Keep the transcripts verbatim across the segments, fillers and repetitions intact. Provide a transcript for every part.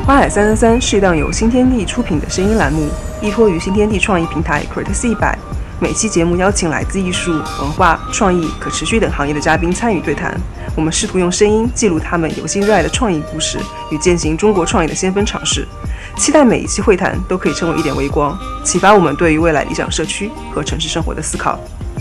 花海三三三是一档由新天地出品的声音栏目，依托于新天地创意平台 Courtesy by。每期节目邀请来自艺术、文化、创意、可持续等行业的嘉宾参与对谈。我们试图用声音记录他们有心热爱的创意故事与践行中国创意的先锋尝试。期待每一期会谈都可以成为一点微光，启发我们对于未来理想社区和城市生活的思考。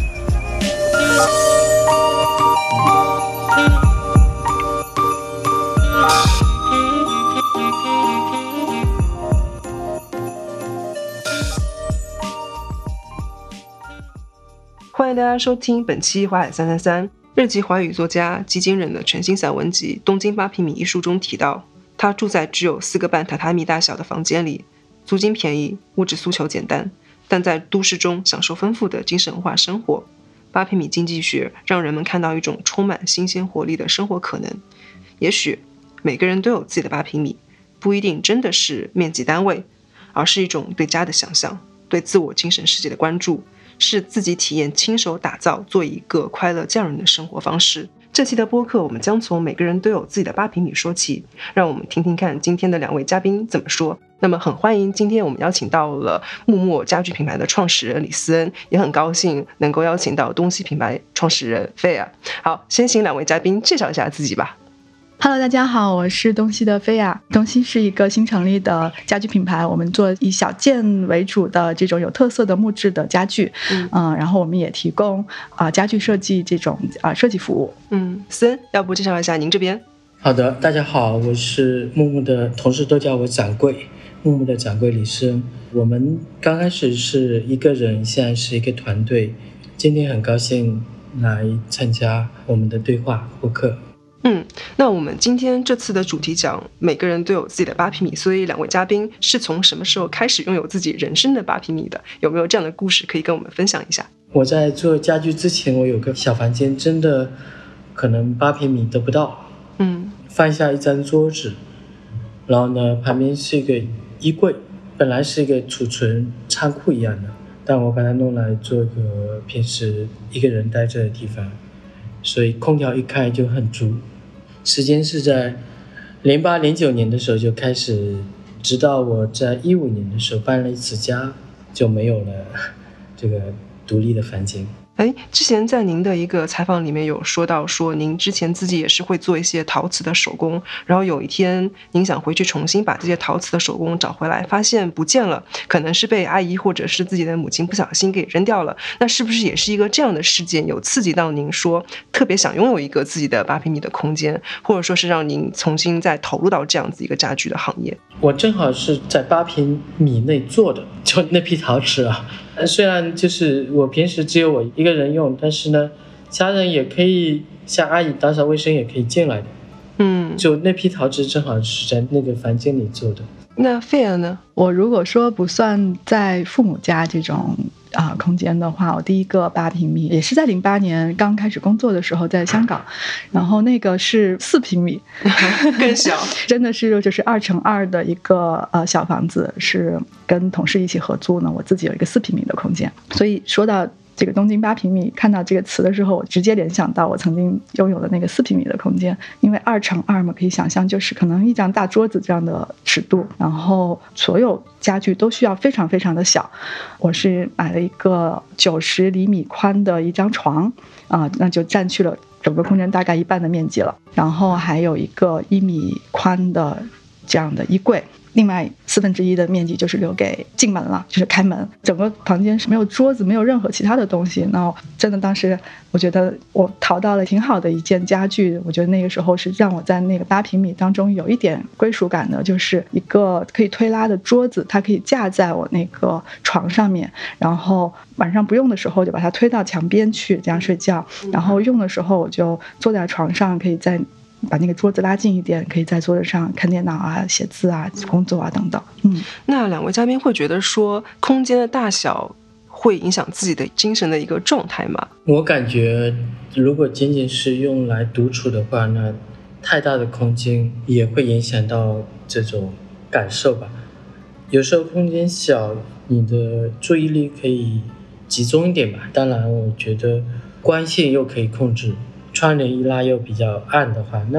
欢迎大家收听本期华海三三三。日籍华语作家吉井忍的全新散文集《东京八平米》一书中提到，他住在只有四个半榻榻米大小的房间里，租金便宜，物质诉求简单，但在都市中享受丰富的精神文化生活。八平米经济学让人们看到一种充满新鲜活力的生活可能。也许每个人都有自己的八平米，不一定真的是面积单位，而是一种对家的想象，对自我精神世界的关注，是自己体验亲手打造做一个快乐匠人的生活方式。这期的播客我们将从每个人都有自己的八平米说起，让我们听听看今天的两位嘉宾怎么说。那么很欢迎今天我们邀请到了木墨家具品牌的创始人李思恩，也很高兴能够邀请到东西品牌创始人菲亚。好，先请两位嘉宾介绍一下自己吧。 Hello， 大家好，我是东西的菲亚。东西是一个新成立的家具品牌，我们做以小件为主的这种有特色的木质的家具，嗯，呃、然后我们也提供啊、呃、家具设计这种啊、呃、设计服务。 嗯，森，要不介绍一下您这边？ 好的，大家好，我是木木的，同事都叫我掌柜，木木的掌柜李生。我们刚开始是一个人，现在是一个团队。今天很高兴来参加我们的对话播客。 嗯，那我们今天这次的主题讲每个人都有自己的八平米，所以两位嘉宾是从什么时候开始拥有自己人生的八平米的？有没有这样的故事可以跟我们分享一下？ 我在做家具之前，我有个小房间，真的可能八平米都不到。嗯，放下一张桌子，然后呢，旁边是一个衣柜，本来是一个储存仓库一样的，但我把它弄来做一个平时一个人待着的地方，所以空调一开就很足。时间是在零八零九年的时候就开始，直到我在一五年的时候搬了一次家，就没有了这个独立的房间。 哎，之前在您的一个采访里面有说到，说您之前自己也是会做一些陶瓷的手工，然后有一天您想回去重新把这些陶瓷的手工找回来，发现不见了，可能是被阿姨或者是自己的母亲不小心给扔掉了。那是不是也是一个这样的事件，有刺激到您说特别想拥有一个自己的八平米的空间，或者说是让您重新再投入到这样子一个家具的行业？ 我正好是在八平米内做的，就那批陶瓷啊。虽然就是我平时只有我一个人用，但是呢，家人也可以，像阿姨打扫卫生也可以进来的。嗯，就那批陶瓷正好是在那个房间里做的。 那菲儿呢？ 我如果说不算在父母家这种啊、呃、空间的话，我第一个八平米也是在零八年刚开始工作的时候在香港，然后那个是四平米， 更小， 真的是就是二乘二的一个呃小房子，是跟同事一起合租呢。我自己有一个四平米的空间，所以说到这个东京八平米，看到这个词的时候，我直接联想到我曾经拥有的那个四平米的空间，因为二乘二嘛，可以想象就是可能一张大桌子这样的尺度，然后所有家具都需要非常非常的小。我是买了一个九十厘米宽的一张床啊、呃，那就占去了整个空间大概一半的面积了，然后还有一个一米宽的这样的衣柜。另外四分之一的面积就是留给进门了，就是开门，整个房间是没有桌子，没有任何其他的东西。那真的当时我觉得我淘到了挺好的一件家具，我觉得那个时候是让我在那个八平米当中有一点归属感的，就是一个可以推拉的桌子，它可以架在我那个床上面，然后晚上不用的时候就把它推到墙边去这样睡觉，然后用的时候我就坐在床上，可以在把那个桌子拉近一点，可以在桌子上看电脑啊、写字啊、工作啊等等。嗯， 那两位嘉宾会觉得说空间的大小会影响自己的精神的一个状态吗？ 我感觉如果仅仅是用来独处的话，那太大的空间也会影响到这种感受吧。有时候空间小，你的注意力可以集中一点吧。当然我觉得光线又可以控制，窗帘一拉又比较暗的话，那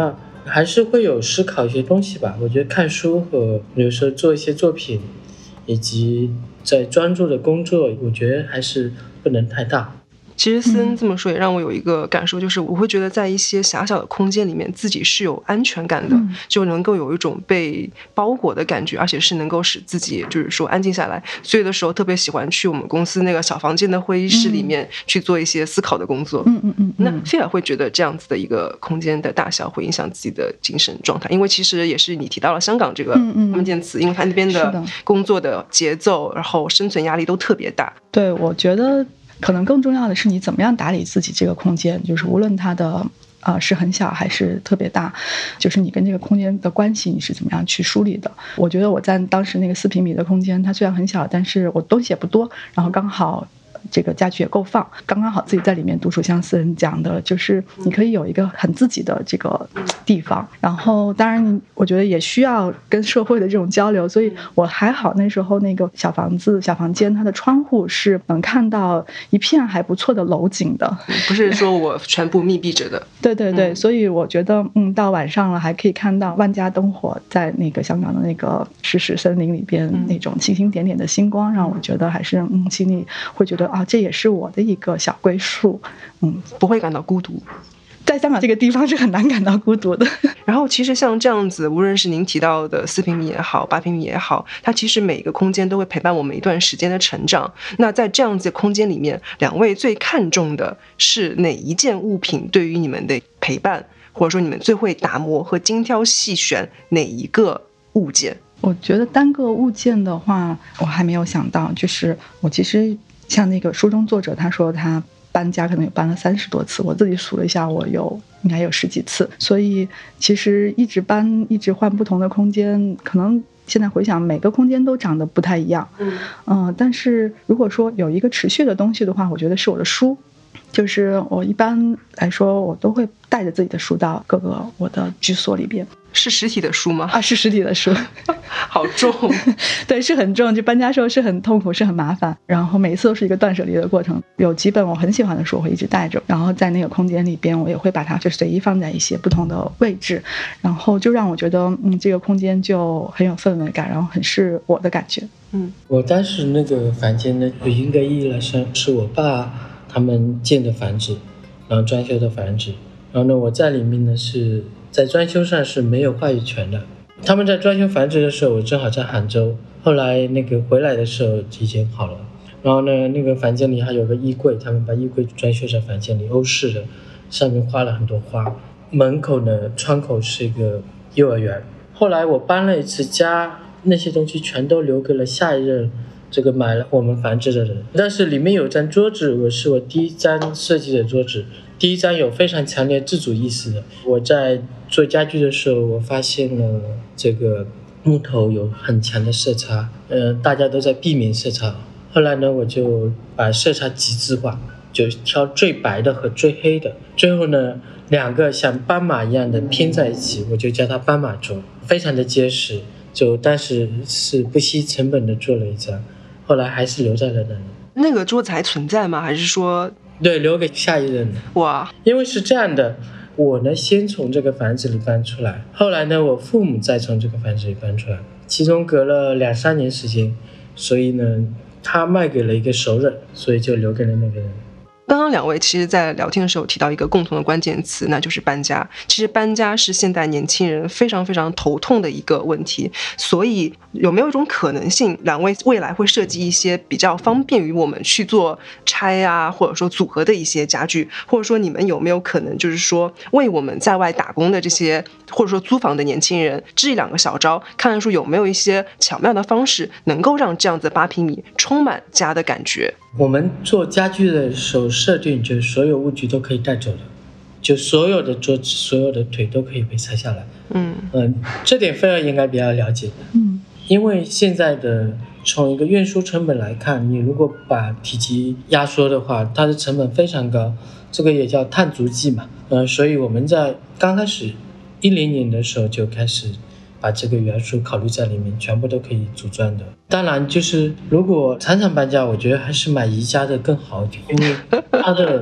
还是会有思考一些东西吧。我觉得看书和有时候做一些作品，以及在专注的工作，我觉得还是不能太大。 其实思恩这么说也让我有一个感受，就是我会觉得在一些狭小的空间里面自己是有安全感的、嗯、就能够有一种被包裹的感觉，而且是能够使自己就是说安静下来。所以的时候特别喜欢去我们公司那个小房间的会议室里面去做一些思考的工作。 嗯嗯嗯。 那菲尔会觉得这样子的一个空间的大小会影响自己的精神状态，因为其实也是你提到了香港这个关键词，因为他那边的工作的节奏然后生存压力都特别大。 对，我觉得可能更重要的是你怎么样打理自己这个空间，就是无论它的呃是很小还是特别大，就是你跟这个空间的关系你是怎么样去梳理的。我觉得我在当时那个四平米的空间，它虽然很小，但是我东西也不多，然后刚好这个家具也够放，刚刚好自己在里面独处，像思恩讲的，就是你可以有一个很自己的这个地方。然后当然我觉得也需要跟社会的这种交流，所以我还好那时候那个小房子小房间它的窗户是能看到一片还不错的楼景的， 不是说我全部密闭着的。 对对对、嗯、所以我觉得嗯，到晚上了还可以看到万家灯火在那个香港的那个石屎森林里边、嗯、那种星星点点的星光，让我觉得还是嗯心里会觉得啊，这也是我的一个小归宿。嗯， 不会感到孤独。 在香港这个地方是很难感到孤独的。 然后其实像这样子，无论是您提到的四平米也好，八平米也好，它其实每个空间都会陪伴我们一段时间的成长。那在这样子的空间里面，两位最看重的是哪一件物品对于你们的陪伴，或者说你们最会打磨和精挑细选哪一个物件？ 我觉得单个物件的话我还没有想到，就是我其实像那个书中作者他说他搬家可能有搬了三十多次，我自己数了一下，我有应该有十几次，所以其实一直搬一直换不同的空间，可能现在回想每个空间都长得不太一样。嗯、呃、但是如果说有一个持续的东西的话，我觉得是我的书。就是我一般来说我都会带着自己的书到各个我的居所里边。 是实体的书吗？ 啊，是实体的书。 好重。 对，是很重，就搬家时候是很痛苦，是很麻烦，然后每一次都是一个断舍离的过程。有几本我很喜欢的书我会一直带着，然后在那个空间里边我也会把它就随意放在一些不同的位置，然后就让我觉得嗯，这个空间就很有氛围感，然后很是我的感觉。 嗯，我当时那个房间呢，应该意义来说是我爸他们建的房子，然后装修的房子，然后呢我在里面呢是在装修上是没有话语权的。他们在装修房子的时候我正好在杭州，后来那个回来的时候已经好了。然后呢那个房间里还有个衣柜，他们把衣柜装修在房间里，欧式的，上面画了很多花，门口呢窗口是一个幼儿园。后来我搬了一次家，那些东西全都留给了下一任这个买了我们房子的人。但是里面有张桌子，我是我第一张设计的桌子，第一张有非常强烈自主意识的。我在做家具的时候我发现了这个木头有很强的色差，呃，大家都在避免色差。后来呢我就把色差极致化，就挑最白的和最黑的，最后呢两个像斑马一样的拼在一起，我就叫它斑马桌，非常的结实，就当时是不惜成本的做了一张，后来还是留在了那里。 那个桌子还存在吗？还是说对，留给下一任？ 哇， 因为是这样的，我呢先从这个房子里搬出来，后来呢我父母再从这个房子里搬出来，其中隔了两三年时间，所以呢他卖给了一个熟人，所以就留给了那个人。 刚刚两位其实在聊天的时候提到一个共同的关键词，那就是搬家。其实搬家是现代年轻人非常非常头痛的一个问题，所以有没有一种可能性，两位未来会设计一些比较方便于我们去做拆啊或者说组合的一些家具，或者说你们有没有可能就是说为我们在外打工的这些或者说租房的年轻人支一两个小招，看看说有没有一些巧妙的方式能够让这样子八平米充满家的感觉。 我们做家具的时候设定就是所有物具都可以带走的，就所有的桌子所有的腿都可以被拆下来。嗯嗯，这点菲儿应该比较了解。嗯，因为现在的从一个运输成本来看，你如果把体积压缩的话，它的成本非常高，这个也叫碳足迹嘛。呃，所以我们在刚开始一零年的时候就开始把这个元素考虑在里面，全部都可以组装的。当然就是如果常常搬家，我觉得还是买宜家的更好一点，因为它的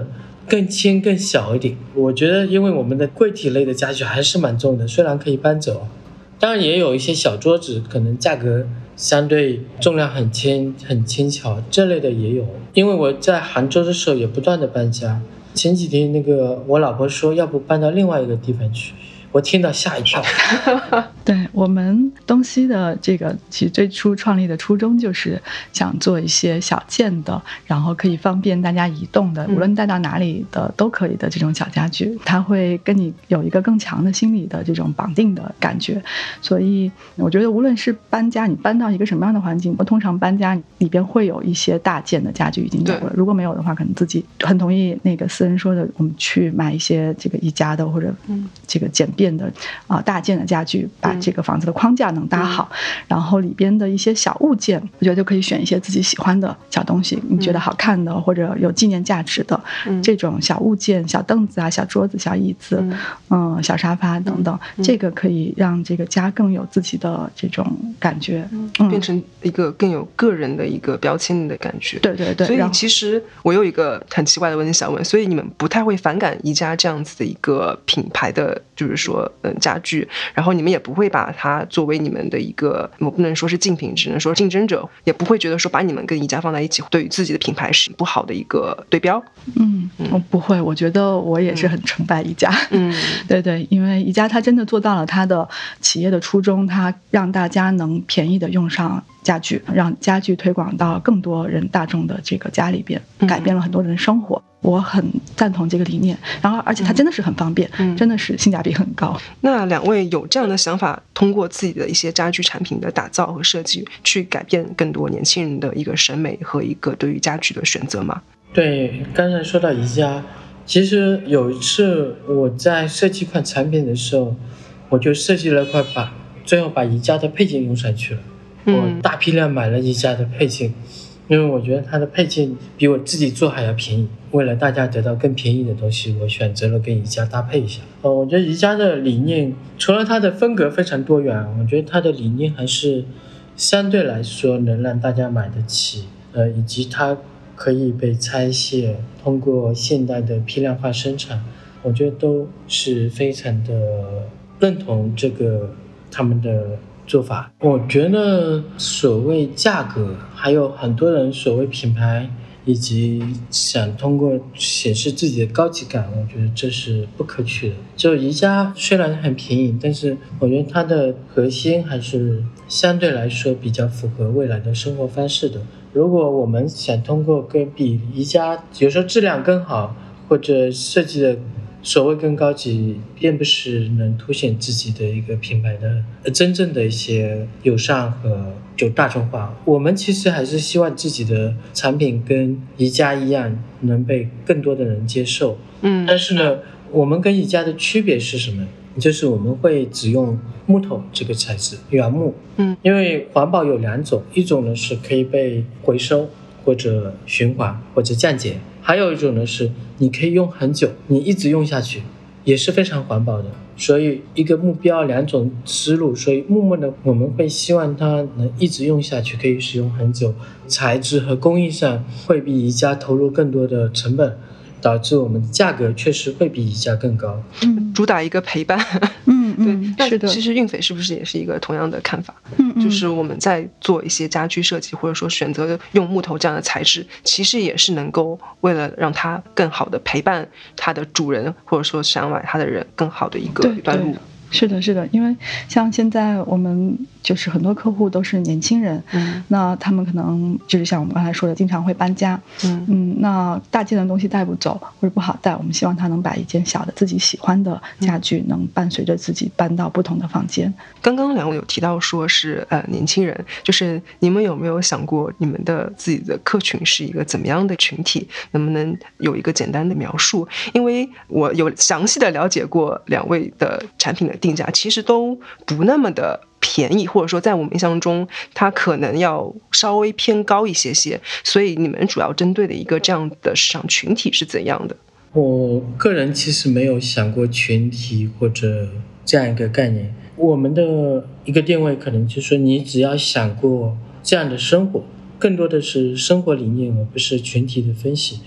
更轻更小一点。我觉得因为我们的柜体类的家具还是蛮重的，虽然可以搬走，当然也有一些小桌子可能价格相对重量很轻很轻巧，这类的也有。因为我在杭州的时候也不断的搬家，前几天那个我老婆说要不搬到另外一个地方去，我听到吓一跳。 对，我们东西的这个其实最初创立的初衷就是想做一些小件的，然后可以方便大家移动的，无论带到哪里的都可以的这种小家具，它会跟你有一个更强的心理的这种绑定的感觉。所以我觉得无论是搬家，你搬到一个什么样的环境，我通常搬家里边会有一些大件的家具已经有了，如果没有的话，可能自己很同意那个思人说的，我们去买一些这个宜家的或者这个简便的啊、呃、大件的家具，把这个房子的框架能搭好、嗯、然后里边的一些小物件我觉得就可以选一些自己喜欢的小东西，你觉得好看的、嗯、或者有纪念价值的、嗯、这种小物件，小凳子啊，小桌子，小椅子， 嗯, 嗯小沙发等等、嗯、这个可以让这个家更有自己的这种感觉、 嗯、变成一个更有个人的一个标签的感觉。 对对对， 所以其实我有一个很奇怪的问题想问，所以你们不太会反感宜家这样子的一个品牌的就是说嗯家具，然后你们也不会把它作为你们的一个，我不能说是竞品，只能说竞争者，也不会觉得说把你们跟宜家放在一起对于自己的品牌是不好的一个对标。 嗯，我不会，我觉得我也是很崇拜宜家。 嗯， 对对，因为宜家它真的做到了它的企业的初衷，它让大家能便宜的用上家具，让家具推广到更多人大众的这个家里边，改变了很多人的生活、嗯、我很赞同这个理念，然后而且它真的是很方便、嗯、真的是性价比很高。 那两位有这样的想法，通过自己的一些家居产品的打造和设计去改变更多年轻人的一个审美和一个对于家具的选择吗？ 对，刚才说到宜家，其实有一次我在设计一款产品的时候，我就设计了块板，最后把宜家的配件用上去了。我大批量买了宜家的配件，因为我觉得它的配件比我自己做还要便宜，为了大家得到更便宜的东西，我选择了跟宜家搭配一下。呃，我觉得宜家的理念除了它的风格非常多元，我觉得它的理念还是相对来说能让大家买得起，呃，以及它可以被拆卸，通过现代的批量化生产，我觉得都是非常的认同这个他们的做法。我觉得所谓价格，还有很多人所谓品牌，以及想通过显示自己的高级感，我觉得这是不可取的。就宜家虽然很便宜，但是我觉得它的核心还是相对来说比较符合未来的生活方式的。如果我们想通过跟比宜家有时候质量更好，或者设计的所谓更高级，并不是能凸显自己的一个品牌的真正的一些友善和就大众化。我们其实还是希望自己的产品跟宜家一样能被更多的人接受。嗯，但是呢，我们跟宜家的区别是什么？就是我们会只用木头这个材质，原木。嗯，因为环保有两种，一种呢是可以被回收或者循环或者降解，还有一种呢是你可以用很久，你一直用下去也是非常环保的。所以一个目标，两种思路，所以木木呢我们会希望它能一直用下去，可以使用很久，材质和工艺上会比宜家投入更多的成本，导致我们的价格确实会比宜家更高。 嗯，主打一个陪伴。 嗯嗯， 对， 是的。 其实运斐是不是也是一个同样的看法？嗯嗯，就是我们在做一些家居设计，或者说选择用木头这样的材质，其实也是能够为了让它更好的陪伴它的主人，或者说想买它的人更好的一个一段路。 是的，是的，因为像现在我们就是很多客户都是年轻人，嗯，那他们可能就是像我们刚才说的，经常会搬家，嗯嗯，那大件的东西带不走或者不好带，我们希望他能把一件小的自己喜欢的家具能伴随着自己搬到不同的房间。 刚刚两位有提到说是呃年轻人，就是你们有没有想过你们的自己的客群是一个怎么样的群体？能不能有一个简单的描述？因为我有详细的了解过两位的产品的定价，其实都不那么的便宜，或者说在我们印象中它可能要稍微偏高一些些，所以你们主要针对的一个这样的市场群体是怎样的？ 我个人其实没有想过群体或者这样一个概念，我们的一个定位可能就是说你只要想过这样的生活，更多的是生活理念而不是群体的分析。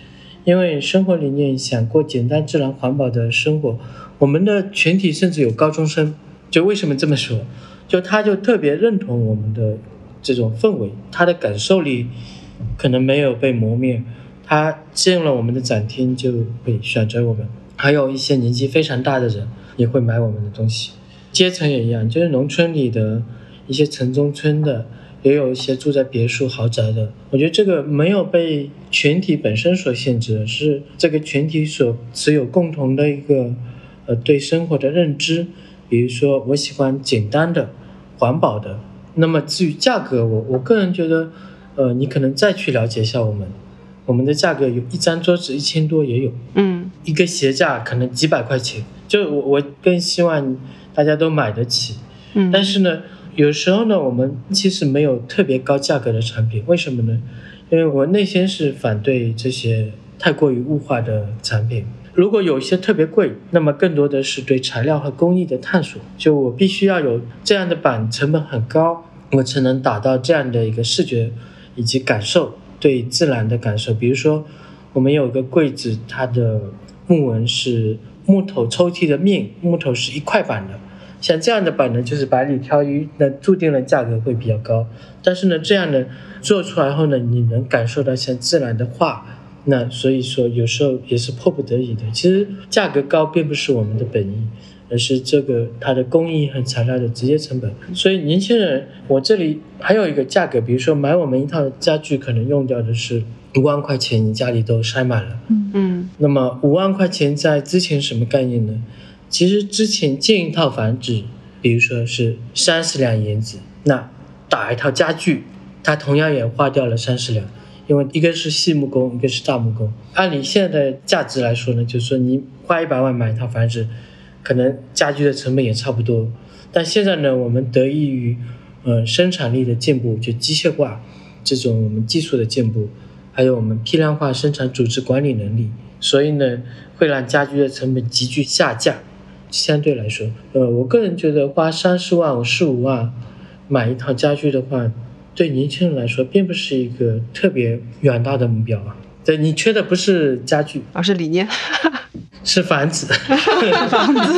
因为生活理念想过简单自然环保的生活，我们的群体甚至有高中生，就为什么这么说，就他就特别认同我们的这种氛围，他的感受力可能没有被磨灭，他进了我们的展厅就会选择我们，还有一些年纪非常大的人也会买我们的东西。阶层也一样，就是农村里的一些城中村的，也有一些住在别墅豪宅的，我觉得这个没有被群体本身所限制，是这个群体所持有共同的一个呃对生活的认知。比如说我喜欢简单的环保的，那么至于价格，我我个人觉得呃你可能再去了解一下我们我们的价格，有一张桌子一千多也有，嗯，一个鞋架可能几百块钱，就我我更希望大家都买得起，嗯，但是呢有时候呢我们其实没有特别高价格的产品，为什么呢？因为我内心是反对这些太过于物化的产品，如果有一些特别贵，那么更多的是对材料和工艺的探索，就我必须要有这样的板，成本很高，我才能达到这样的一个视觉以及感受，对自然的感受。比如说我们有个柜子，它的木纹是木头抽屉的面，木头是一块板的，像这样的板呢就是百里挑一，那注定了价格会比较高，但是呢这样的做出来后呢，你能感受到像自然的画，那所以说有时候也是迫不得已的。其实价格高并不是我们的本意，而是这个它的工艺和材料的直接成本。所以年轻人，我这里还有一个价格，比如说买我们一套家具可能用掉的是五万块钱，你家里都塞满了。嗯，那么五万块钱在之前什么概念呢？其实之前建一套房子，比如说是三十两银子，那打一套家具，它同样也花掉了三十两。因为一个是细木工，一个是大木工。按你现在的价值来说呢，就是说你花一百万买一套房子，可能家具的成本也差不多。但现在呢，我们得益于呃生产力的进步，就机械化这种我们技术的进步，还有我们批量化生产组织管理能力，所以呢，会让家具的成本急剧下降。相对来说，呃，我个人觉得花三四万、四五万买一套家具的话，对年轻人来说并不是一个特别远大的目标啊。对，你缺的不是家具， 而是理念， 是房子， 房子。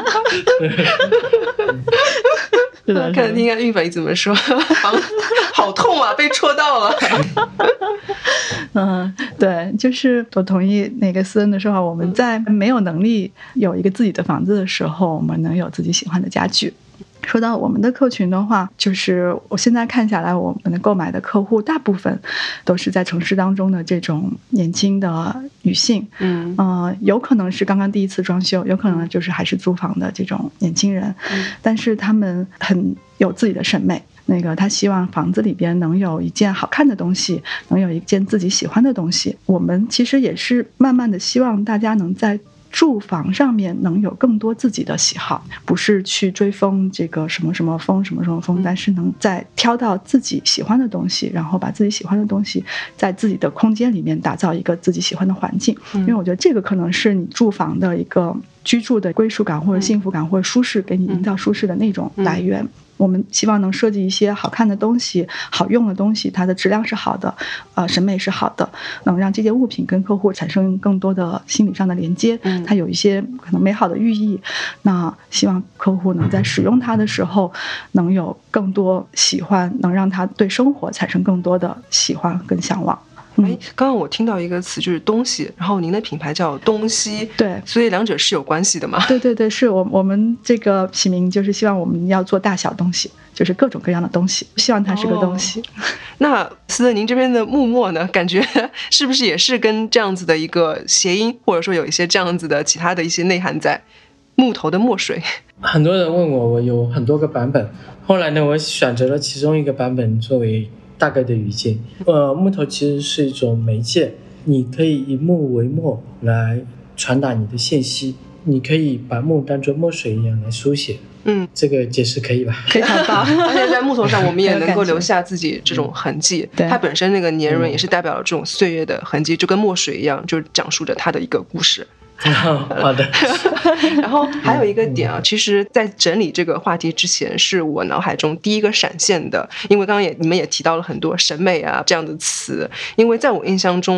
是的， 看听看玉粉怎么说，好痛啊，被戳到了。 嗯，对，就是我同意那个思恩的说法，我们在没有能力有一个自己的房子的时候，我们能有自己喜欢的家具。说到我们的客群的话，就是我现在看下来，我们的购买的客户大部分都是在城市当中的这种年轻的女性，嗯，呃，有可能是刚刚第一次装修，有可能就是还是租房的这种年轻人，嗯，但是他们很有自己的审美。那个他希望房子里边能有一件好看的东西，能有一件自己喜欢的东西。我们其实也是慢慢的希望大家能在住房上面能有更多自己的喜好，不是去追风这个什么什么风什么什么风，但是能再挑到自己喜欢的东西，然后把自己喜欢的东西在自己的空间里面打造一个自己喜欢的环境。因为我觉得这个可能是你住房的一个居住的归属感或者幸福感或者舒适，给你营造舒适的那种来源。我们希望能设计一些好看的东西，好用的东西，它的质量是好的，呃，审美是好的，能让这件物品跟客户产生更多的心理上的连接，它有一些可能美好的寓意。那希望客户能在使用它的时候，能有更多喜欢，能让他对生活产生更多的喜欢跟向往。 哎，刚刚我听到一个词就是东西，然后您的品牌叫东西， 对， 所以两者是有关系的吗？ 对对对，是我我们这个起名就是希望我们要做大小东西，就是各种各样的东西，希望它是个东西。哦， 那思恩，您这边的木墨呢？感觉是不是也是跟这样子的一个谐音，或者说有一些这样子的其他的一些内涵在？木头的墨水， 很多人问我，我有很多个版本，后来呢，我选择了其中一个版本作为大概的语境。呃，木头其实是一种媒介，你可以以木为墨来传达你的信息，你可以把木当作墨水一样来书写。嗯，这个解释可以吧？ 非常棒。 而且在木头上，我们也能够留下自己这种痕迹。嗯，它本身那个年轮也是代表了这种岁月的痕迹，就跟墨水一样，就是讲述着它的一个故事。 好的。 然后还有一个点啊，其实在整理这个话题之前，是我脑海中第一个闪现的，因为刚刚也你们也提到了很多审美啊这样的词，因为在我印象中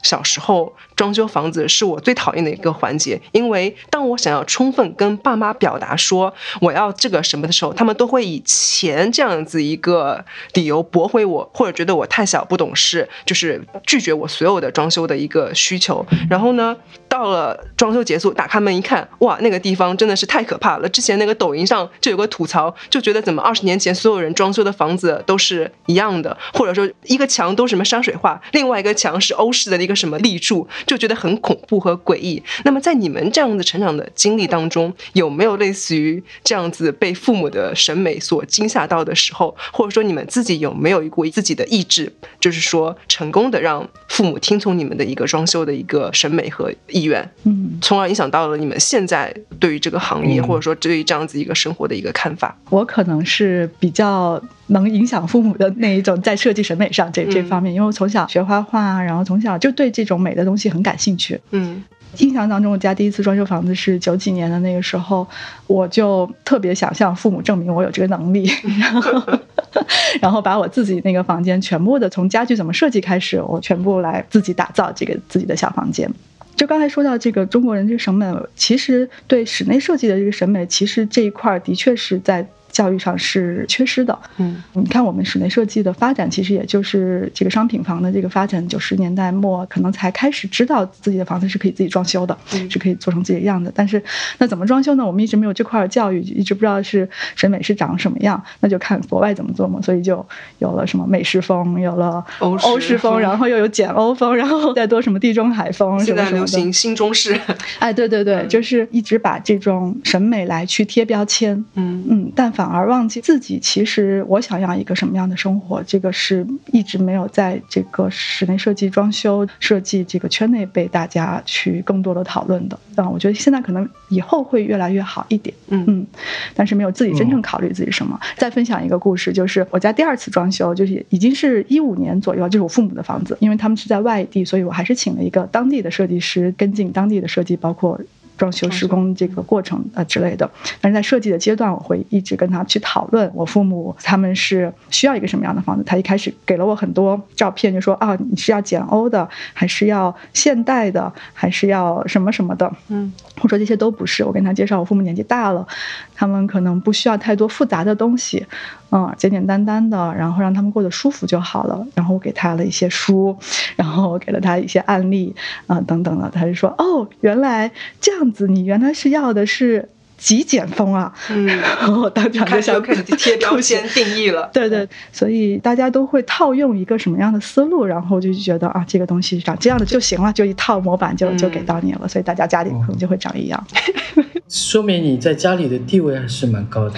小时候装修房子是我最讨厌的一个环节，因为当我想要充分跟爸妈表达说我要这个什么的时候，他们都会以钱这样子一个理由驳回我，或者觉得我太小不懂事，就是拒绝我所有的装修的一个需求。然后呢，到了装修结束，打开门一看，哇，那个地方真的是太可怕了。之前那个抖音上就有个吐槽，就觉得怎么二十年前所有人装修的房子都是一样的，或者说一个墙都是什么山水画，另外一个墙是欧式的一个什么立柱，就觉得很恐怖和诡异。那么在你们这样子成长的经历当中，有没有类似于这样子被父母的审美所惊吓到的时候，或者说你们自己有没有过自己的意志，就是说成功的让父母听从你们的一个装修的一个审美和意愿，嗯，从而影响到了你们现在对于这个行业、嗯、或者说对于这样子一个生活的一个看法？ 我可能是比较能影响父母的那一种，在设计审美上这这方面，因为我从小学画画，然后从小就对这种美的东西很感兴趣。嗯，印象当中，我家第一次装修房子是九几年的那个时候，我就特别想向父母证明我有这个能力，然后然后把我自己那个房间全部的从家具怎么设计开始，我全部来自己打造这个自己的小房间。就刚才说到这个中国人这个审美，其实对室内设计的这个审美，其实这一块的确是在教育上是缺失的。嗯，你看我们室内设计的发展，其实也就是这个商品房的这个发展，九十年代末可能才开始知道自己的房子是可以自己装修的，嗯、是可以做成自己的样子。但是那怎么装修呢？我们一直没有这块教育，一直不知道是审美是长什么样，那就看国外怎么做嘛。所以就有了什么美式风，有了欧式风，然后又有简欧风，然后再多什么地中海风， 现在流行新中式。 哎，对对对、嗯，就是一直把这种审美来去贴标签。嗯嗯，但凡反而忘记自己其实我想要一个什么样的生活，这个是一直没有在这个室内设计装修设计这个圈内被大家去更多的讨论的。但我觉得现在可能以后会越来越好一点。嗯嗯，但是没有自己真正考虑自己什么、嗯、再分享一个故事，就是我家第二次装修，就是已经是一五年左右，就是我父母的房子，因为他们是在外地，所以我还是请了一个当地的设计师跟进当地的设计，包括装修施工这个过程呃之类的。但是在设计的阶段，我会一直跟他去讨论我父母他们是需要一个什么样的房子。他一开始给了我很多照片，就说啊，你是要简欧的，还是要现代的，还是要什么什么的。嗯，我说这些都不是。我跟他介绍我父母年纪大了，他们可能不需要太多复杂的东西，嗯，简简单单的，然后让他们过得舒服就好了。然后我给他了一些书，然后我给了他一些案例啊、呃、等等的。他就说哦，原来这样子，你原来是要的是极简风啊。嗯，然后当场就想开始贴标签定义了。 对对，所以大家都会套用一个什么样的思路，然后就觉得啊，这个东西长这样的就行了，就一套模板就就给到你了、嗯、所以大家家里可能就会长一样。 说明你在家里的地位还是蛮高的。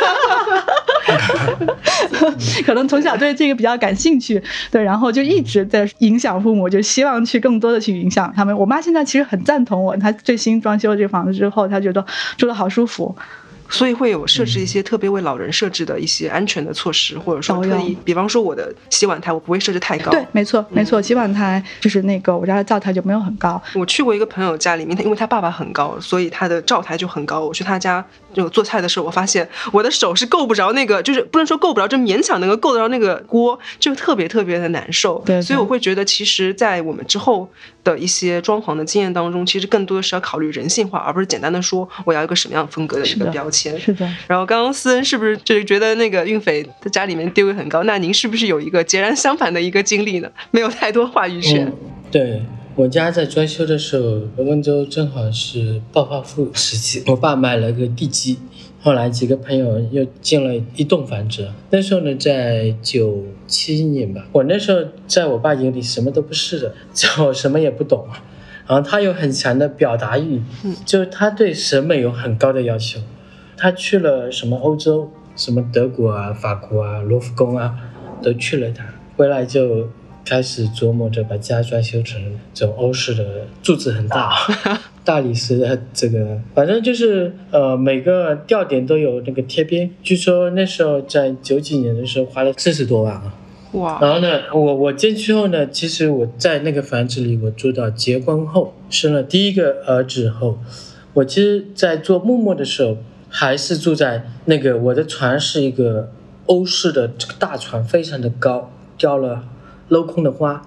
可能从小对这个比较感兴趣，对，然后就一直在影响父母，就希望去更多的去影响他们。我妈现在其实很赞同我，她最新装修这个房子之后，她觉得住得好舒服。 所以会有设置一些特别为老人设置的一些安全的措施，或者说特意，比方说我的洗碗台我不会设置太高。 对，没错没错，洗碗台就是那个我家的灶台就没有很高。 我去过一个朋友家里面，因为他爸爸很高，所以他的灶台就很高。我去他家就做菜的时候，我发现我的手是够不着那个，就是不能说够不着，就勉强能够够得着那个锅，就特别特别的难受。对，所以我会觉得，其实，在我们之后的一些装潢的经验当中，其实更多的是要考虑人性化，而不是简单的说我要一个什么样风格的一个标签。 是的。 然后刚刚思恩是不是就觉得那个运斐在家里面地位很高？那您是不是有一个截然相反的一个经历呢？没有太多话语权。嗯、 对，我家在装修的时候，温州正好是暴发户时期，我爸买了个地基，后来几个朋友又建了一栋房子。那时候呢，在九七年吧，我那时候在我爸眼里什么都不是的，就什么也不懂。然后他有很强的表达欲，嗯，就是他对审美有很高的要求。他去了什么欧洲，什么德国啊、法国啊、罗浮宫啊，都去了他。回来就开始琢磨着把家装修成这种欧式的，柱子很大，大理石的这个，反正就是呃每个吊点都有那个贴边。据说那时候在九几年的时候花了四十多万啊。哇！然后呢，我我进去后呢，其实我在那个房子里，我住到结婚后，生了第一个儿子后，我其实在做木木的时候。还是住在那个，我的床是一个欧式的这个大床，非常的高，雕了镂空的花。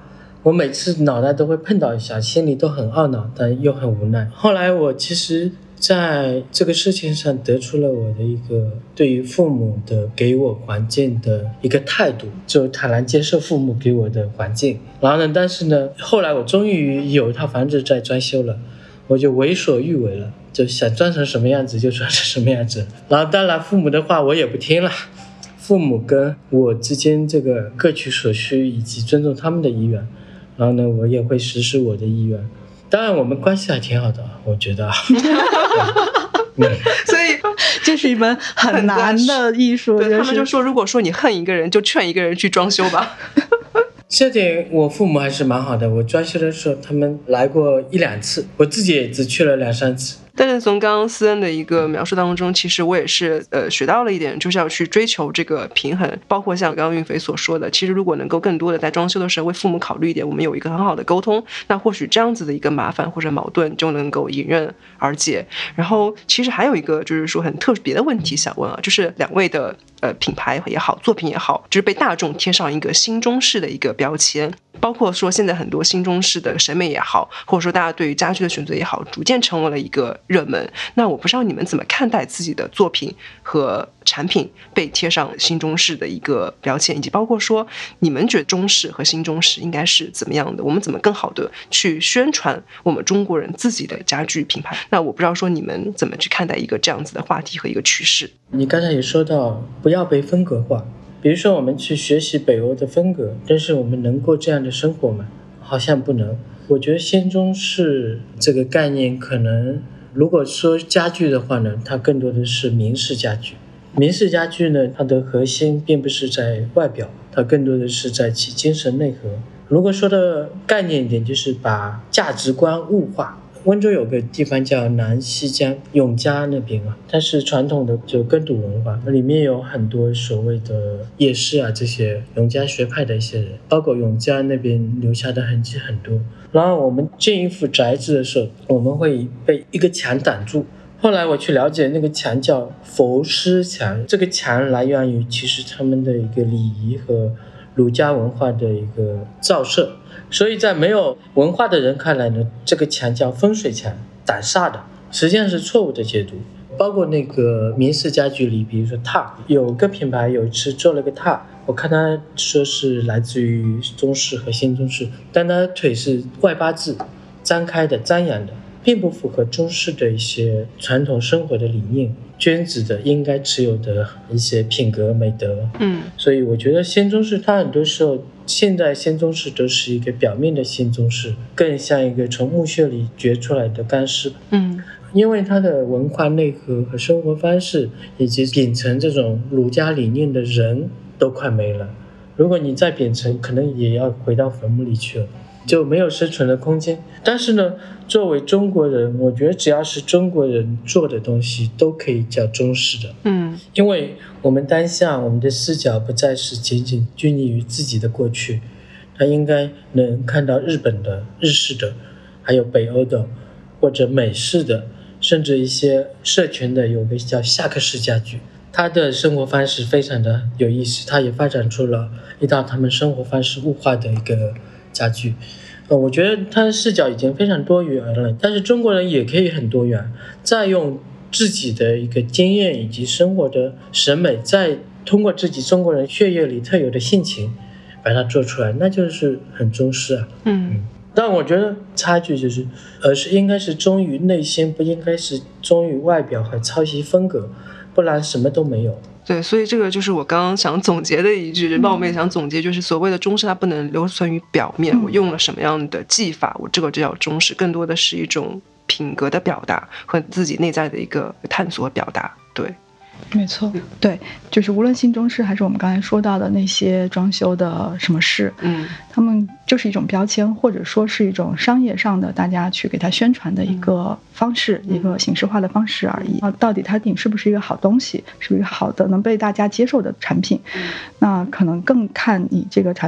我每次脑袋都会碰到一下，心里都很懊恼，但又很无奈。后来我其实在这个事情上得出了我的一个对于父母的给我环境的一个态度，就坦然接受父母给我的环境。然后呢，但是呢，后来我终于有一套房子在装修了，我就为所欲为了，就想装成什么样子就装成什么样子。然后当然父母的话我也不听了，父母跟我之间这个各取所需，以及尊重他们的意愿，然后呢我也会实施我的意愿。当然我们关系还挺好的，我觉得嗯、所以这是一门很难的艺术。 对，他们就说如果说你恨一个人就劝一个人去装修吧。 这点我父母还是蛮好的，我装修的时候他们来过一两次，我自己也只去了两三次。 但是从刚刚思恩的一个描述当中，其实我也是呃学到了一点，就是要去追求这个平衡。包括像刚刚运肥所说的，其实如果能够更多的在装修的时候为父母考虑一点，我们有一个很好的沟通，那或许这样子的一个麻烦或者矛盾就能够迎刃而解。然后其实还有一个就是说很特别的问题想问啊，就是两位的呃品牌也好，作品也好，就是被大众贴上一个新中式的一个标签。包括说现在很多新中式的审美也好，或者说大家对于家居的选择也好，逐渐成为了一个热门。那我不知道你们怎么看待自己的作品和产品被贴上新中式的一个标签，以及包括说你们觉得中式和新中式应该是怎么样的，我们怎么更好的去宣传我们中国人自己的家居品牌。那我不知道说你们怎么去看待一个这样子的话题和一个趋势。 你刚才也说到不要被风格化，比如说我们去学习北欧的风格，但是我们能过这样的生活吗？好像不能。我觉得新中式这个概念可能如果说家具的话呢，它更多的是民式家具。民式家具呢，它的核心并不是在外表，它更多的是在其精神内核。如果说的概念一点，就是把价值观物化。温州有个地方叫南溪江永嘉那边啊，它是传统的就耕读文化，里面有很多所谓的夜市啊，这些永嘉学派的一些人，包括永嘉那边留下的痕迹很多。然后我们建一副宅子的时候，我们会被一个墙挡住。后来我去了解，那个墙叫佛师墙，这个墙来源于其实他们的一个礼仪和儒家文化的一个照射。所以在没有文化的人看来呢，这个墙叫风水墙，挡煞的，实际上是错误的解读。包括那个民式家具里，比如说榻，有个品牌有一次做了个榻，我看他说是来自于中式和新中式，但他腿是外八字，张开的张扬的，并不符合中式的一些传统生活的理念，君子的应该持有的一些品格美德。 嗯， 所以我觉得新中式它很多时候现在新中式都是一个表面的新中式，更像一个从墓穴里掘出来的干尸。 嗯， 因为它的文化内核和生活方式以及秉承这种儒家理念的人都快没了，如果你再秉承，可能也要回到坟墓里去了，就没有生存的空间。但是呢，作为中国人，我觉得只要是中国人做的东西都可以叫中式的。 嗯， 因为我们当下我们的视角不再是仅仅拘泥于自己的过去，它应该能看到日本的、日式的，还有北欧的或者美式的，甚至一些社群的，有个叫夏克式家具，它的生活方式非常的有意思，它也发展出了一套他们生活方式物化的一个家具。呃，我觉得它的视角已经非常多元了，但是中国人也可以很多元，再用自己的一个经验以及生活的审美，再通过自己中国人血液里特有的性情把它做出来，那就是很中式啊。 嗯， 但我觉得差距就是，而是应该是忠于内心，不应该是忠于外表和抄袭风格，不然什么都没有。 对，所以这个就是我刚刚想总结的一句，冒昧想总结，就是所谓的中式它不能留存于表面，我用了什么样的技法，我这个就叫中式，更多的是一种品格的表达和自己内在的一个探索表达。对， 没错，对，就是无论新中式还是我们刚才说到的那些装修的什么式， 嗯， 他们就是一种标签，或者说是一种商业上的大家去给它宣传的一个方式，嗯、一个形式化的方式而已。啊，到底它顶是不是一个好东西，是不是一个好的能被大家接受的产品？嗯、那可能更看你这个产品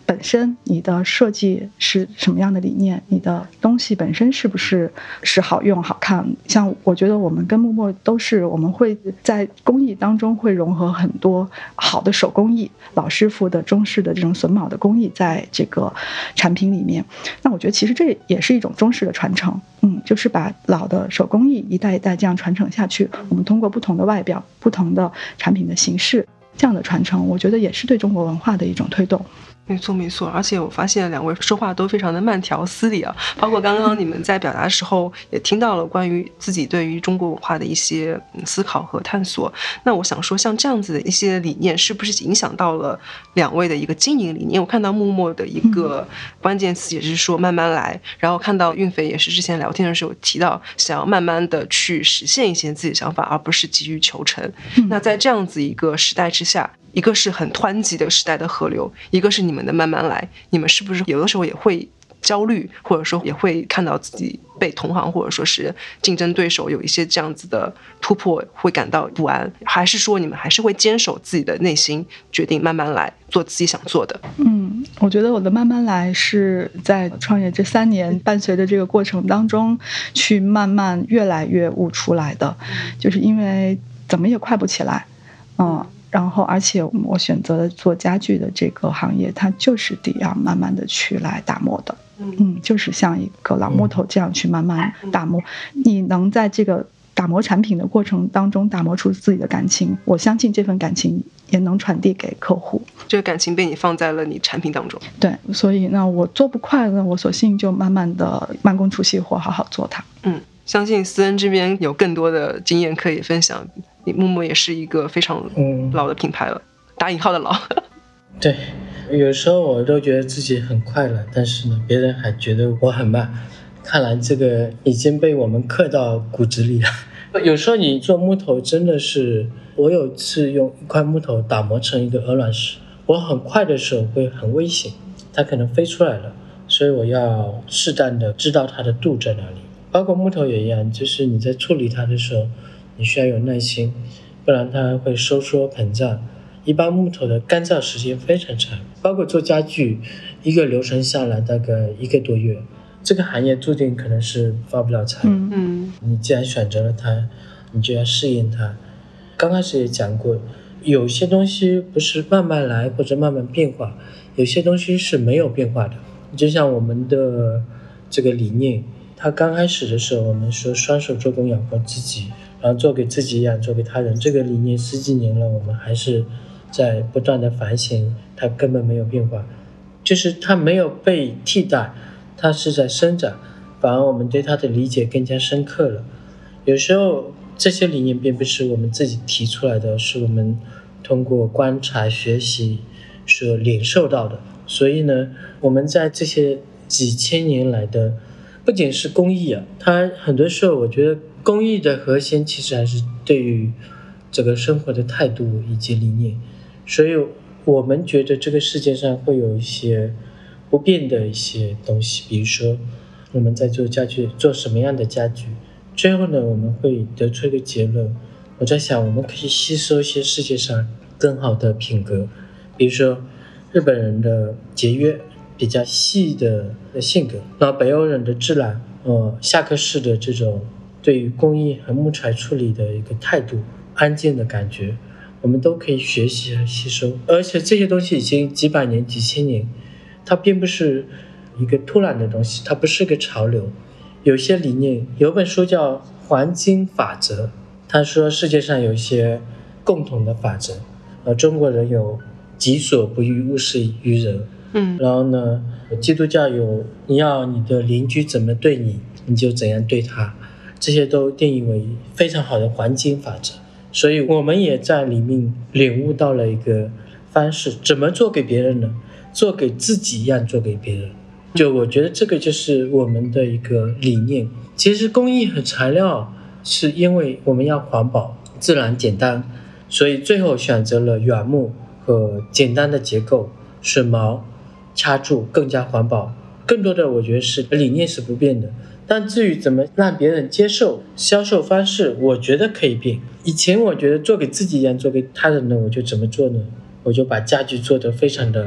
本身你的设计是什么样的理念，你的东西本身是不是是好用好看。像我觉得我们跟木墨都是，我们会在工艺当中会融合很多好的手工艺，老师傅的中式的这种榫卯的工艺在这个产品里面。那我觉得其实这也是一种中式的传承，嗯，就是把老的手工艺一代一代这样传承下去，我们通过不同的外表、不同的产品的形式这样的传承，我觉得也是对中国文化的一种推动。 没错没错，而且我发现两位说话都非常的慢条斯理啊，包括刚刚你们在表达的时候也听到了关于自己对于中国文化的一些思考和探索。那我想说，像这样子的一些理念是不是影响到了两位的一个经营理念？我看到木墨的一个关键词也是说慢慢来，然后看到运肥也是之前聊天的时候提到想要慢慢的去实现一些自己的想法，而不是急于求成。那在这样子一个时代之下，一个是很湍急的时代的河流，一个是你们的慢慢来，你们是不是有的时候也会焦虑，或者说也会看到自己被同行或者说是竞争对手有一些这样子的突破，会感到不安？还是说你们还是会坚守自己的内心，决定慢慢来，做自己想做的？ 嗯，我觉得我的慢慢来是在创业这三年伴随着这个过程当中去慢慢越来越悟出来的，就是因为怎么也快不起来，嗯。然后而且我选择了做家具的这个行业，它就是得要慢慢的去来打磨的，嗯，就是像一个老木头这样去慢慢打磨。你能在这个打磨产品的过程当中打磨出自己的感情，我相信这份感情也能传递给客户， 这个感情被你放在了你产品当中。对， 所以呢，我做不快呢，我索性就慢慢的慢工出细活，好好做它。 嗯，相信思恩这边有更多的经验可以分享。木墨也是一个非常老的品牌了，嗯、打引号的老。 对，有时候我都觉得自己很快了，但是呢，别人还觉得我很慢。看来这个已经被我们刻到骨子里了。有时候你做木头真的是，我有一次用一块木头打磨成一个鹅卵石，我很快的时候会很危险，它可能飞出来了，所以我要适当的知道它的度在哪里。包括木头也一样，就是你在处理它的时候，你需要有耐心，不然它会收缩膨胀。一般木头的干燥时间非常长，包括做家具，一个流程下来大概一个多月。这个行业注定可能是发不了财。 嗯嗯， 你既然选择了它，你就要适应它。刚开始也讲过，有些东西不是慢慢来或者慢慢变化，有些东西是没有变化的。就像我们的这个理念，它刚开始的时候我们说双手做工养活自己，然后做给自己一样做给他人，这个理念十几年了，我们还是在不断的反省，它根本没有变化，就是它没有被替代，它是在生长，反而我们对它的理解更加深刻了。有时候这些理念并不是我们自己提出来的，是我们通过观察学习所领受到的。所以呢，我们在这些几千年来的，不仅是工艺啊，它很多时候我觉得工艺的核心其实还是对于这个生活的态度以及理念。所以我们觉得这个世界上会有一些不变的一些东西，比如说我们在做家具，做什么样的家具，最后呢我们会得出一个结论。我在想，我们可以吸收一些世界上更好的品格，比如说日本人的节约，比较细的性格，然后北欧人的自然，呃，夏克式的这种对于工艺和木材处理的一个态度，安静的感觉，我们都可以学习和吸收。而且这些东西已经几百年几千年，它并不是一个突然的东西，它不是个潮流。有些理念，有本书叫黄金法则，他说世界上有一些共同的法则，呃，中国人有己所不欲，勿施于人。 嗯， 然后呢，基督教有你要你的邻居怎么对你，你就怎样对他，这些都定义为非常好的黄金法则。所以我们也在里面领悟到了一个方式，怎么做给别人呢？做给自己一样做给别人。就我觉得这个就是我们的一个理念。其实工艺和材料是因为我们要环保、自然、简单，所以最后选择了原木和简单的结构，榫卯、掐住，更加环保。更多的我觉得是理念是不变的，但至于怎么让别人接受，销售方式我觉得可以变。以前我觉得做给自己一样做给他人呢，我就怎么做呢？我就把家具做得非常的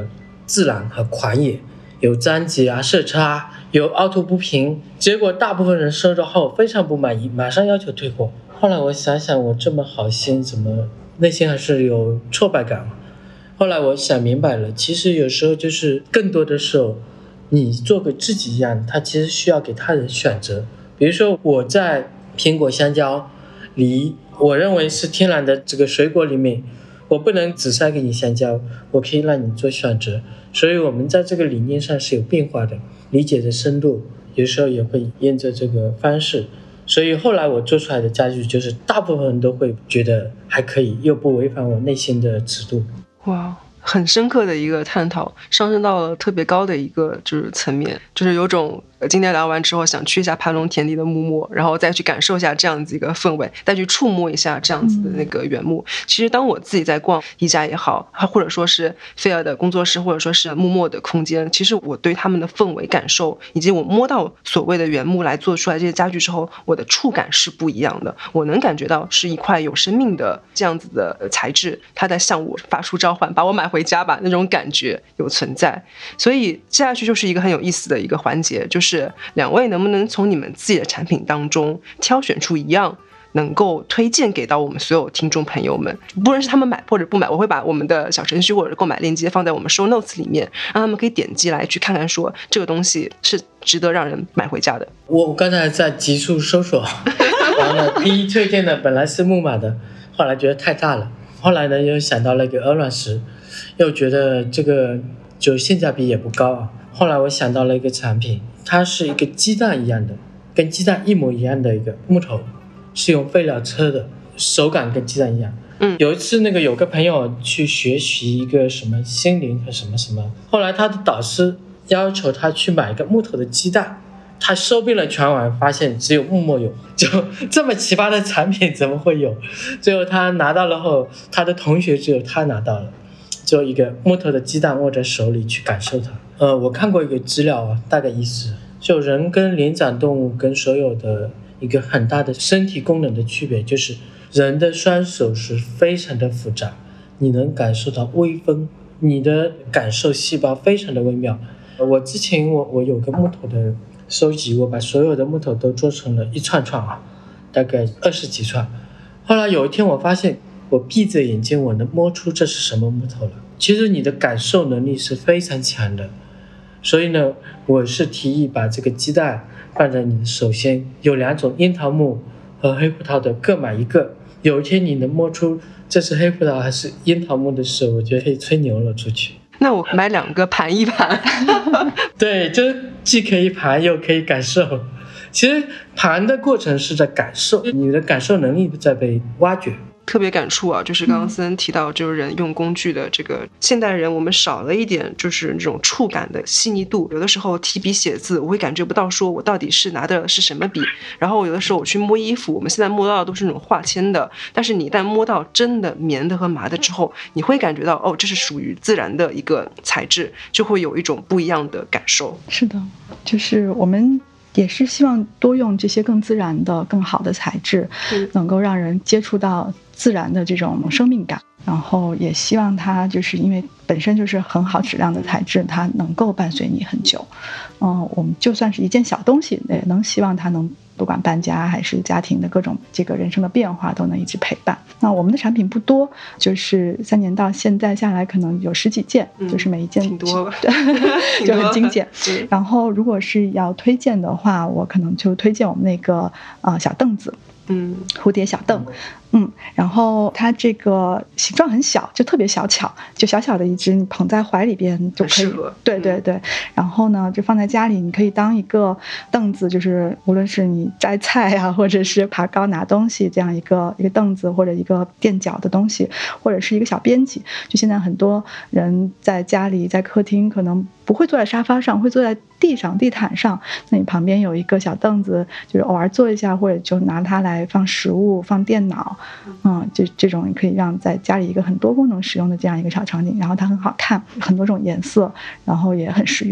自然和狂野，有章节啊、色差，有凹凸不平。结果大部分人收到后非常不满意，马上要求退货。后来我想想，我这么好心，怎么内心还是有挫败感。后来我想明白了，其实有时候就是更多的时候，你做个自己一样，它其实需要给他人选择。比如说我在苹果、香蕉、梨，我认为是天然的这个水果里面，我不能只塞给你香蕉，我可以让你做选择。所以我们在这个理念上是有变化的，理解的深度有时候也会沿着这个方式。所以后来我做出来的家具，就是大部分人都会觉得还可以，又不违反我内心的尺度。 哇，很深刻的一个探讨，上升到了特别高的一个就是层面，就是有种今天聊完之后想去一下盘龙田地的木墨，然后再去感受一下这样子一个氛围，再去触摸一下这样子的那个原木、嗯、其实当我自己在逛宜家也好，或者说是菲尔的工作室，或者说是木墨的空间，其实我对他们的氛围感受，以及我摸到所谓的原木来做出来这些家具之后，我的触感是不一样的。我能感觉到是一块有生命的这样子的材质，它在向我发出召唤，把我买回家吧，那种感觉有存在。所以接下去就是一个很有意思的一个环节，就是是两位能不能从你们自己的产品当中挑选出一样能够推荐给到我们所有听众朋友们，不论是他们买或者不买，我会把我们的小程序或者购买链接放在我们 show notes 里面，让他们可以点击来去看看说这个东西是值得让人买回家的。 我刚才在急速搜索然后呢，第一推荐的本来是木马的，后来觉得太大了，后来呢又想到了一个鹅卵石，又觉得这个就性价比也不高啊。后来我想到了一个产品，它是一个鸡蛋一样的，跟鸡蛋一模一样的一个木头，是用废料车的，手感跟鸡蛋一样。嗯，有一次那个有个朋友去学习一个什么心灵和什么什么，后来他的导师要求他去买一个木头的鸡蛋，他搜遍了全网，发现只有木墨有，就这么奇葩的产品怎么会有？最后他拿到了后，他的同学只有他拿到了，就一个木头的鸡蛋握在手里去感受它。呃，我看过一个资料啊，大概意思就人跟灵长动物跟所有的一个很大的身体功能的区别，就是人的双手是非常的复杂，你能感受到微风，你的感受细胞非常的微妙。我之前我我有个木头的收集，我把所有的木头都做成了一串串啊，大概二十几串。后来有一天我发现，我闭着眼睛我能摸出这是什么木头了。其实你的感受能力是非常强的。所以呢，我是提议把这个鸡蛋放在你的手心，有两种樱桃木和黑葡萄的各买一个。有一天你能摸出这是黑葡萄还是樱桃木的时候，我觉得可以吹牛了出去。 那我买两个盘一盘对，就既可以盘又可以感受。其实盘的过程是在感受，你的感受能力在被挖掘。 特别感触啊，就是刚刚森提到，就是人用工具的这个现代人，我们少了一点就是这种触感的细腻度。有的时候提笔写字，我会感觉不到说我到底是拿的是什么笔。然后有的时候我去摸衣服，我们现在摸到的都是那种化纤的，但是你一旦摸到真的棉的和麻的之后，你会感觉到哦，这是属于自然的一个材质，就会有一种不一样的感受。 是的，就是我们也是希望多用这些更自然的更好的材质、嗯、能够让人接触到自然的这种生命感，然后也希望它就是因为本身就是很好质量的材质，它能够伴随你很久。嗯，我们就算是一件小东西，也能希望它能不管搬家还是家庭的各种这个人生的变化都能一直陪伴。那我们的产品不多，就是三年到现在下来可能有十几件、嗯、就是每一件挺多吧就很精简。然后如果是要推荐的话，我可能就推荐我们那个呃小凳子，嗯，蝴蝶小凳，嗯，然后它这个形状很小，就特别小巧，就小小的一只，你捧在怀里边就可以。对对对，然后呢，就放在家里，你可以当一个凳子，就是无论是你摘菜啊，或者是爬高拿东西这样一个一个凳子，或者一个垫脚的东西，或者是一个小编辑。就现在很多人在家里，在客厅可能不会坐在沙发上，会坐在地上地毯上，那你旁边有一个小凳子，就是偶尔坐一下，或者就拿它来放食物放电脑，嗯，就这种可以让在家里一个很多功能使用的这样一个小场景，然后它很好看，很多种颜色，然后也很实用。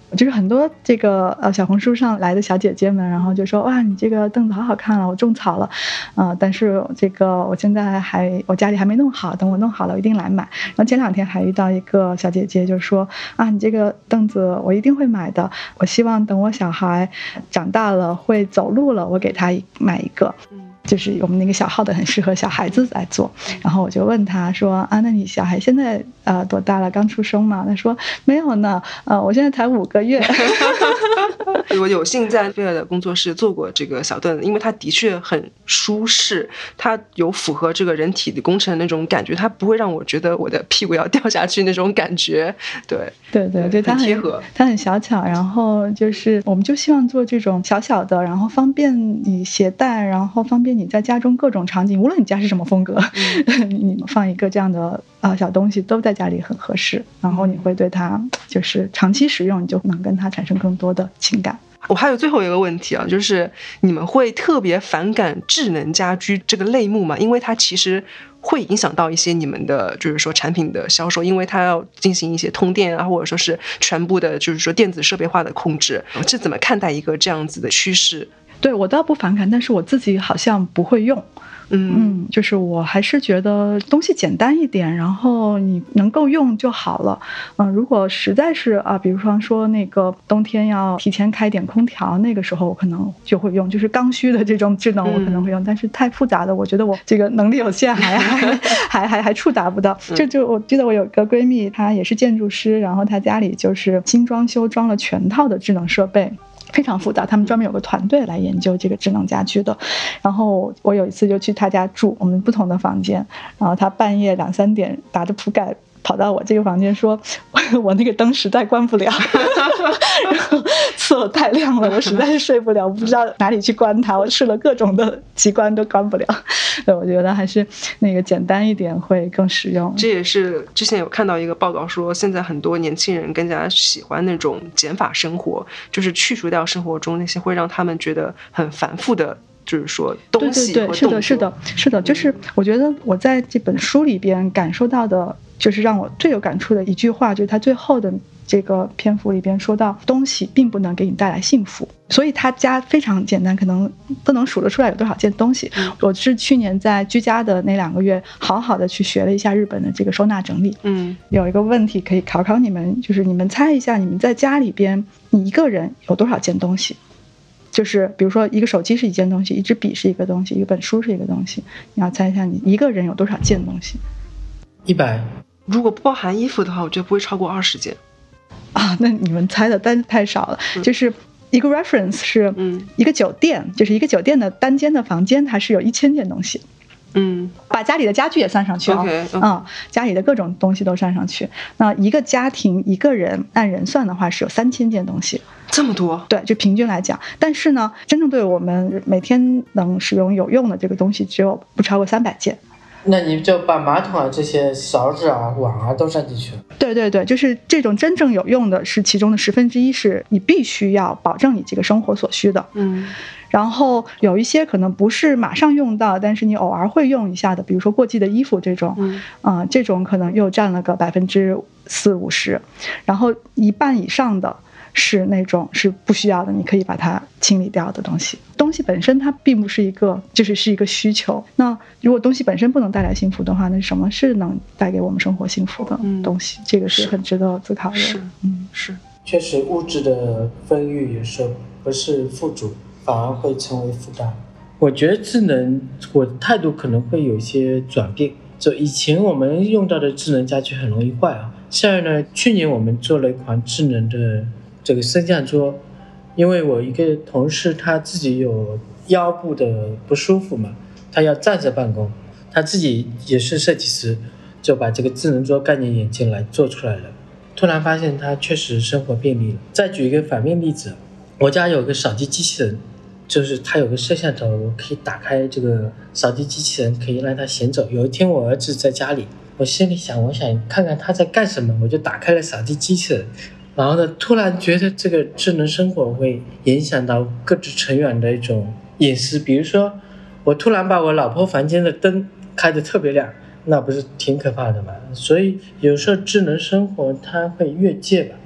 就是很多这个呃小红书上来的小姐姐们，然后就说哇，你这个凳子好好看了，我种草了，啊、呃，但是这个我现在还我家里还没弄好，等我弄好了我一定来买。然后前两天还遇到一个小姐姐就说啊，你这个凳子我一定会买的，我希望等我小孩长大了会走路了，我给他买一个。就是我们那个小号的很适合小孩子来做，然后我就问他说啊，那你小孩现在呃多大了？刚出生吗？他说没有呢，呃，我现在才五个月。 我有幸在菲尔的工作室做过这个小凳子，因为它的确很舒适，它有符合这个人体的工程的那种感觉，它不会让我觉得我的屁股要掉下去那种感觉。对对对对，它很贴合，它很小巧，然后就是我们就希望做这种小小的，然后方便你携带，然后方便你在家中各种场景，无论你家是什么风格，嗯、你放一个这样的啊小东西都在家里很合适，然后你会对它就是长期使用，你就能跟它产生更多的情感。 我还有最后一个问题啊，就是你们会特别反感智能家居这个类目吗？因为它其实会影响到一些你们的就是说产品的销售，因为它要进行一些通电啊，或者说是全部的就是说电子设备化的控制，这怎么看待一个这样子的趋势？ 对，我倒不反感，但是我自己好像不会用。嗯，就是我还是觉得东西简单一点，然后你能够用就好了。嗯，如果实在是啊，比如说说那个冬天要提前开点空调，那个时候我可能就会用，就是刚需的这种智能我可能会用，嗯、但是太复杂的，我觉得我这个能力有限，还还还还还触达不到。就就我记得我有个闺蜜，她也是建筑师，然后她家里就是新装修装了全套的智能设备。非常复杂，他们专门有个团队来研究这个智能家居的。然后我有一次就去他家住，我们不同的房间，然后他半夜两三点打着铺盖跑到我这个房间说，我那个灯实在关不了，然后厕所太亮了，我实在是睡不了，我不知道哪里去关它，我试了各种的机关都关不了。对，我觉得还是那个简单一点会更实用。 这也是之前有看到一个报道说，现在很多年轻人更加喜欢那种减法生活，就是去除掉生活中那些会让他们觉得很繁复的就是说东西。 对对对，是的是的是的，就是我觉得我在这本书里边感受到的，就是让我最有感触的一句话，就是他最后的这个篇幅里边说到，东西并不能给你带来幸福，所以他家非常简单，可能不能数得出来有多少件东西。嗯、我是去年在居家的那两个月，好好的去学了一下日本的这个收纳整理。嗯，有一个问题可以考考你们，就是你们猜一下，你们在家里边，你一个人有多少件东西？就是比如说一个手机是一件东西，一支笔是一个东西，一本书是一个东西，你要猜一下你一个人有多少件东西？ 一百。 如果不包含衣服的话，我觉得不会超过二十件。 啊，那你们猜的单太少了。嗯、就是一个 reference 是一个酒店，嗯、就是一个酒店的单间的房间，它是有一千件东西。嗯，把家里的家具也算上去啊， okay, okay. 嗯，家里的各种东西都算上去。那一个家庭一个人按人算的话，是有三千件东西。 这么多？ 对，就平均来讲。但是呢，真正对我们每天能使用有用的这个东西，只有不超过三百件。 那你就把马桶啊这些勺子啊碗啊都算进去了。 对对对，就是这种真正有用的是其中的十分之一，是你必须要保证你这个生活所需的。嗯，然后有一些可能不是马上用到，但是你偶尔会用一下的，比如说过季的衣服这种，嗯、呃，这种可能又占了个百分之四五十，然后一半以上的是那种是不需要的，你可以把它清理掉的东西。东西本身它并不是一个，就是是一个需求。那如果东西本身不能带来幸福的话，那什么是能带给我们生活幸福的东西？嗯、这个是很值得思考的。 是，嗯，是。 确实，物质的丰裕有时候不是富足，反而会成为负担。我觉得智能，我态度可能会有一些转变。就以前我们用到的智能家居很容易坏啊，现在呢，去年我们做了一款智能的这个升降桌，因为我一个同事他自己有腰部的不舒服嘛，他要站着办公，他自己也是设计师，就把这个智能桌概念引进来做出来了。突然发现他确实生活便利了。再举一个反面例子，我家有个扫地机器人，就是它有个摄像头，我可以打开这个扫地机器人，可以让它行走。有一天我儿子在家里，我心里想，我想看看他在干什么，我就打开了扫地机器人。然后呢，突然觉得这个智能生活会影响到各自成员的一种隐私。比如说，我突然把我老婆房间的灯开得特别亮，那不是挺可怕的吗？所以有时候智能生活它会越界吧。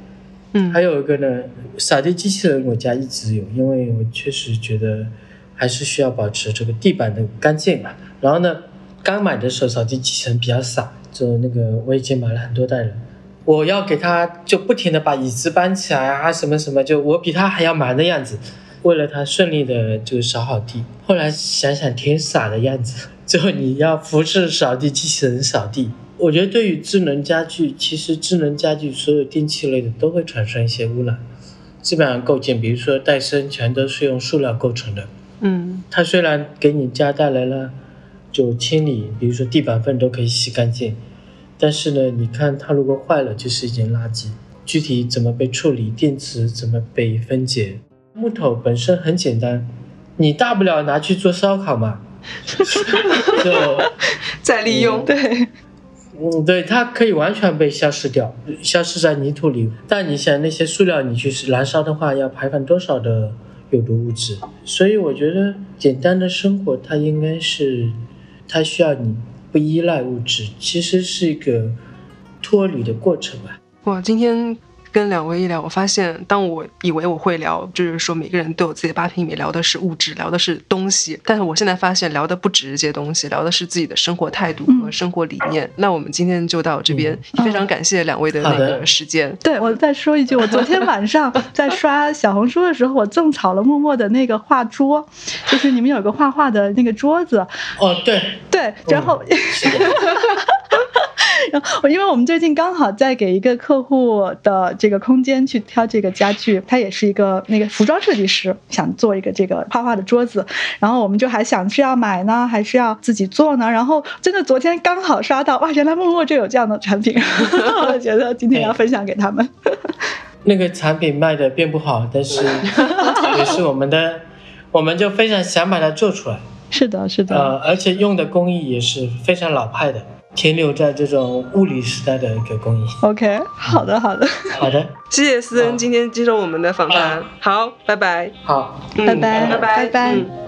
嗯，还有一个呢，扫地机器人我家一直有，因为我确实觉得还是需要保持这个地板的干净嘛。然后呢，刚买的时候扫地机器人比较傻，就那个我已经买了很多代了，我要给他就不停的把椅子搬起来啊，什么什么，就我比他还要忙的样子，为了他顺利的就扫好地。后来想想挺傻的样子，最后你要扶持扫地机器人扫地。我觉得对于智能家居，其实智能家居所有电器类的都会产生一些污染。基本上构件，比如说戴森，全都是用塑料构成的。嗯，它虽然给你家带来了就清理，比如说地板缝都可以洗干净，但是呢，你看它如果坏了就是一件垃圾。具体怎么被处理，电池怎么被分解，木头本身很简单，你大不了拿去做烧烤嘛，就再利用。 嗯、对。嗯，对，它可以完全被消失掉，消失在泥土里。但你想那些塑料你去燃烧的话，要排放多少的有毒物质？所以我觉得简单的生活，它应该是，它需要你不依赖物质，其实是一个脱离的过程吧。 哇，今天跟两位一聊，我发现当我以为我会聊，就是说每个人都有自己的八平米，聊的是物质，聊的是东西，但是我现在发现聊的不只是这些东西，聊的是自己的生活态度和生活理念。嗯、那我们今天就到这边，嗯、非常感谢两位的那个时间。 对，我再说一句，我昨天晚上在刷小红书的时候，我种草了默默的那个画桌，就是你们有个画画的那个桌子。 哦，对对，然后。嗯然后，因为我们最近刚好在给一个客户的这个空间去挑这个家具，他也是一个那个服装设计师，想做一个这个画画的桌子，然后我们就还想是要买呢，还是要自己做呢？然后真的昨天刚好刷到，哇，原来默默就有这样的产品，我就觉得今天要分享给他们。 那个产品卖的并不好，但是也是我们的，我们就非常想把它做出来。 是的，是的， 呃，而且用的工艺也是非常老派的。停留在这种物理时代的一个工艺。 OK， 好的，好的， 好的， 谢谢思恩今天接受我们的访谈。好，拜拜。 好， 嗯、拜拜， 拜拜， 拜拜。 嗯